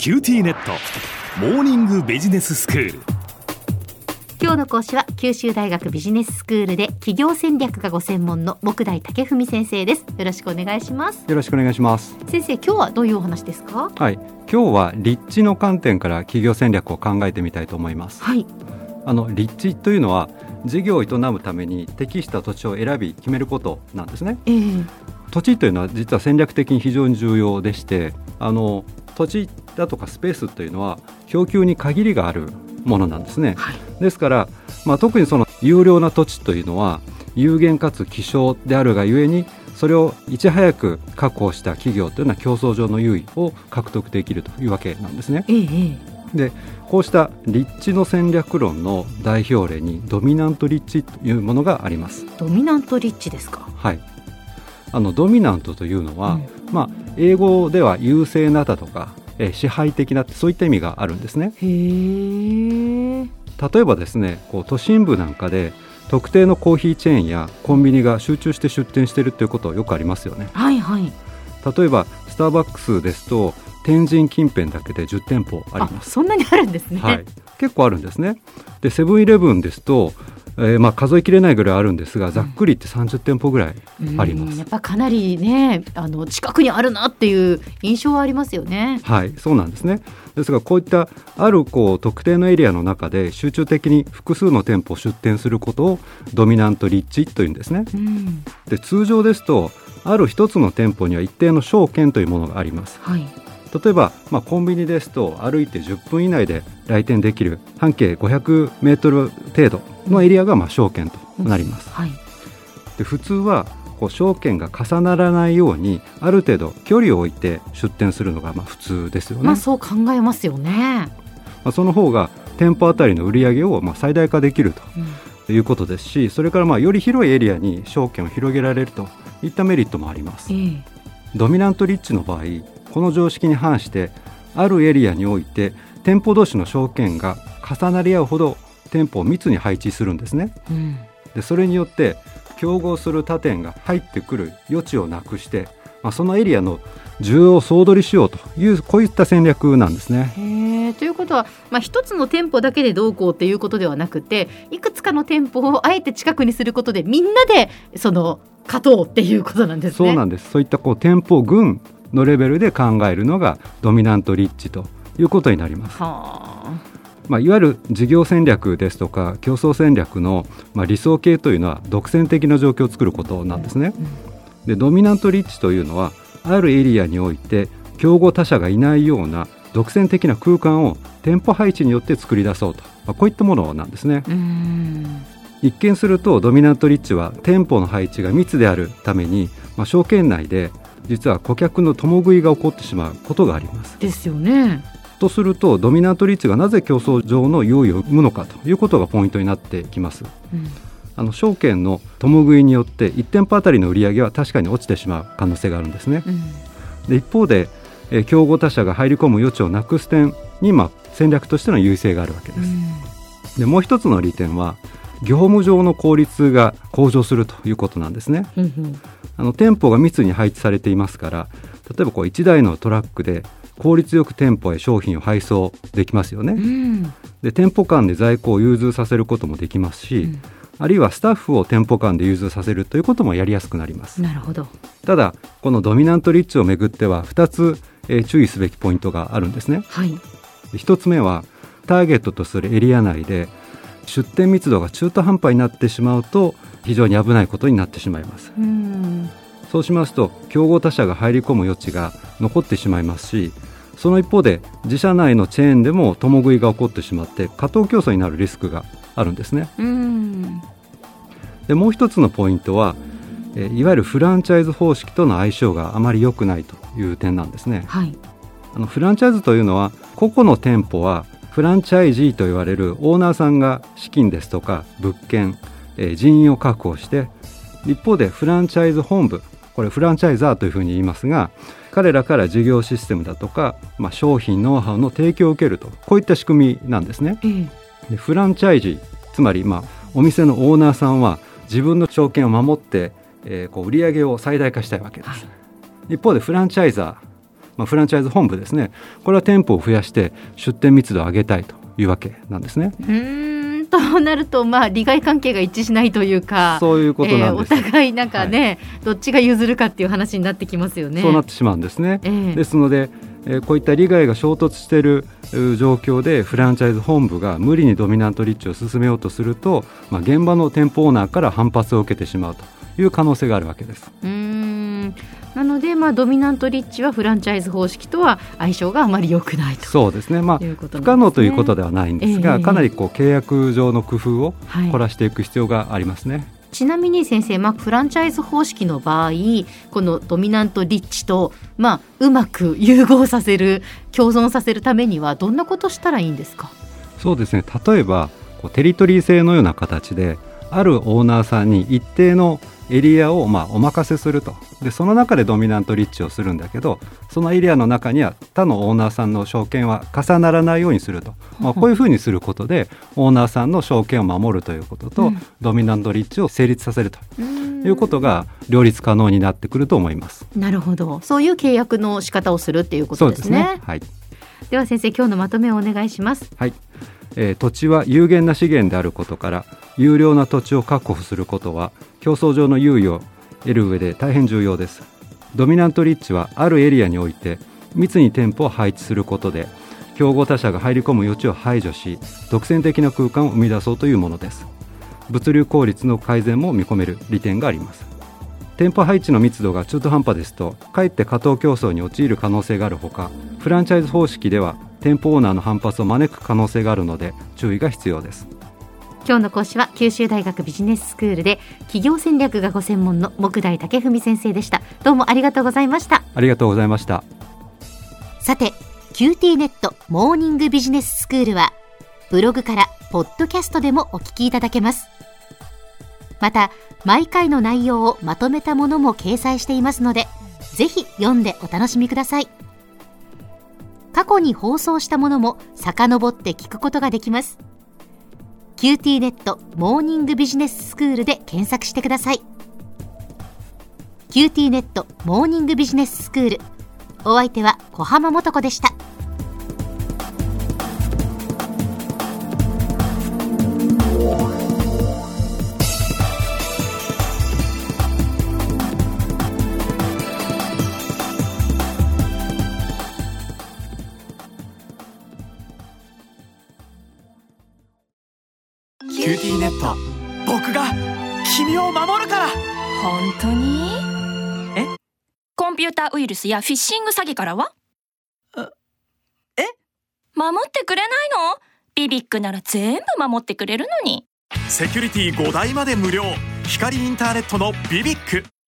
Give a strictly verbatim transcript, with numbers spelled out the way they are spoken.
キューティーネットモーニングビジネススクール。 今日の講師は九州大学ビジネススクールで企業戦略がご専門の木大武文先生です。よろしくお願いします。 よろしくお願いします。 先生、今日はどういうお話ですか？ はい、今日は立地の観点から企業戦略を考えてみたいと思います。 はい、 あの立地というのは事業を営むために適した土地を選び決めることなんですね。 えー、 土地というのは実は戦略的に非常に重要でして、あの土地だとかスペースというのは供給に限りがあるものなんですね。 はい、 ですから、まあ、特にその有料な土地というのは有限かつ希少であるがゆえに、それをいち早く確保した企業というのは競争上の優位を獲得できるというわけなんですね。 えー、 でこうした立地の戦略論の代表例にドミナント立地というものがあります。 ドミナント立地ですか？ はい、あのドミナントというのは、 うんまあ、英語では優勢なだとか、えー支配的な、そういった意味があるんですね。 へー、 例えばですね、こう都心部なんかで特定のコーヒーチェーンやコンビニが集中して出店しているということよくありますよね。 はいはい。 例えばスターバックスですと天神近辺だけでじゅってんぽあります。 あ、そんなにあるんですね。 はい、結構あるんですね。でセブンイレブンですと、えーまあ、数えきれないぐらいあるんですが、ざっくりってさんじゅってんぽぐらいあります。 うん、やっぱかなりね、あの近くにあるなっていう印象はありますよね。 はい、そうなんですね。ですがこういったあるこう特定のエリアの中で集中的に複数の店舗を出店することをドミナント立地というんですね。 うん、 で通常ですとある一つの店舗には一定の商圏というものがあります。 はい、 例えば、まあ、コンビニですと歩いてじゅっぷん以内で来店できる半径ごひゃくメートル程度のエリアがまあ商圏となります。 はい、 で普通はこう商圏が重ならないようにある程度距離を置いて出店するのがまあ普通ですよね。 まあ、そう考えますよね。 まあ、その方が店舗あたりの売り上げをまあ最大化できるということですし、それからまあより広いエリアに商圏を広げられるといったメリットもあります。 ええ、 ドミナント立地の場合、この常識に反してあるエリアにおいて店舗同士の商圏が重なり合うほど店舗を密に配置するんですね。 うん、 でそれによって競合する他店が入ってくる余地をなくして、まあ、そのエリアの需要を総取りしようというこういった戦略なんですね。 へー、ということは、まあ、一つの店舗だけでどうこうっていうことではなくて、いくつかの店舗をあえて近くにすることでみんなでその勝とうっていうことなんですね。 そうなんです。そういったこう店舗群のレベルで考えるのがドミナント立地ということになります。 はあ、 まあ、いわゆる事業戦略ですとか競争戦略のまあ理想形というのは独占的な状況を作ることなんですね。でドミナント立地というのはあるエリアにおいて競合他社がいないような独占的な空間を店舗配置によって作り出そうと、まあ、こういったものなんですね。 うーん、 一見するとドミナント立地は店舗の配置が密であるために、まあ、商圏内で実は顧客の共食いが起こってしまうことがあります。 ですよね。 とするとドミナント立地がなぜ競争上の優位を生むのかということがポイントになってきます。 うん、 あの商圏の共食いによっていち店舗あたりの売り上げは確かに落ちてしまう可能性があるんですね。 うん、 で一方で、えー競合他社が入り込む余地をなくす点に、まあ、戦略としての優位性があるわけです。 うん、 でもう一つの利点は業務上の効率が向上するということなんですね。 うんうん、 あの店舗が密に配置されていますから、例えばこういちだいのトラックで効率よく店舗へ商品を配送できますよね。 うん、 で店舗間で在庫を融通させることもできますし、うん、あるいはスタッフを店舗間で融通させるということもやりやすくなります。 なるほど。 ただこのドミナント立地をめぐってはふたつ、えー注意すべきポイントがあるんですね。 はい、 ひとつめはターゲットとするエリア内で出店密度が中途半端になってしまうと非常に危ないことになってしまいます。 うん、 そうしますと競合他社が入り込む余地が残ってしまいますし、その一方で自社内のチェーンでも共食いが起こってしまって過当競争になるリスクがあるんですね。 うん、 でもう一つのポイントは、えいわゆるフランチャイズ方式との相性があまり良くないという点なんですね。 はい、 あのフランチャイズというのは個々の店舗はフランチャイジーと言われるオーナーさんが資金ですとか物件、えー人員を確保して、一方でフランチャイズ本部、これフランチャイザーというふうに言いますが、彼らから事業システムだとか、まあ、商品ノウハウの提供を受けると、こういった仕組みなんですね。 ええ、 でフランチャイジー、つまり、まあ、お店のオーナーさんは自分の証券を守って、えー、こう売り上げを最大化したいわけです。はい、一方でフランチャイザー、 まあ、フランチャイズ本部ですね、これは店舗を増やして出店密度を上げたいというわけなんですね。 うーんとなると、まあ、利害関係が一致しないというか、 そういうことなんです、 えー、お互いなんかね、はい、どっちが譲るかっていう話になってきますよね。 そうなってしまうんですね、 えー、 ですので、えー、こういった利害が衝突している状況でフランチャイズ本部が無理にドミナント立地を進めようとすると、まあ、現場の店舗オーナーから反発を受けてしまうという可能性があるわけです。 うーんなので、まあ、ドミナント立地はフランチャイズ方式とは相性があまり良くないと。 そうですね、まあ、 いうことなんですね。 不可能ということではないんですが、 えー、 かなりこう契約上の工夫を凝らしていく必要がありますね、はい。 ちなみに先生、まあ、フランチャイズ方式の場合、このドミナント立地と、まあ、うまく融合させる、共存させるためにはどんなことしたらいいんですか？ そうですね、例えばこうテリトリー制のような形であるオーナーさんに一定のエリアをまあお任せすると。でその中でドミナント立地をするんだけど、そのエリアの中には他のオーナーさんの証券は重ならないようにすると、まあ、こういうふうにすることでオーナーさんの証券を守るということと、うん、ドミナント立地を成立させるということが両立可能になってくると思います。 なるほど、そういう契約の仕方をするっていうことですね。 そうですね、はい。 では先生、今日のまとめをお願いします。 はい、えー、土地は有限な資源であることから有料な土地を確保することは競争上の優位を得る上で大変重要です。ドミナント立地はあるエリアにおいて密に店舗を配置することで競合他社が入り込む余地を排除し、独占的な空間を生み出そうというものです。物流効率の改善も見込める利点があります。店舗配置の密度が中途半端ですとかえって過当競争に陥る可能性があるほか、フランチャイズ方式では店舗オーナーの反発を招く可能性があるので注意が必要です。 今日の講師は九州大学ビジネススクールで企業戦略がご専門の杢代武文先生でした。どうもありがとうございました。 ありがとうございました。 さて キューティー ネットモーニングビジネススクールはブログからポッドキャストでもお聞きいただけます。また毎回の内容をまとめたものも掲載していますので、ぜひ読んでお楽しみください。過去に放送したものも遡って聞くことができます。キューティー ネットモーニングビジネススクールで検索してください。キューティー ネットモーニングビジネススクール、お相手は小浜もとこでした。 キューティー ネット、僕が君を守るから。 本当に？え？コンピューターウイルスやフィッシング詐欺からは？ え？ 守ってくれないの？ビビックなら全部守ってくれるのに。 セキュリティごだいまで無料。光インターネットのビビック。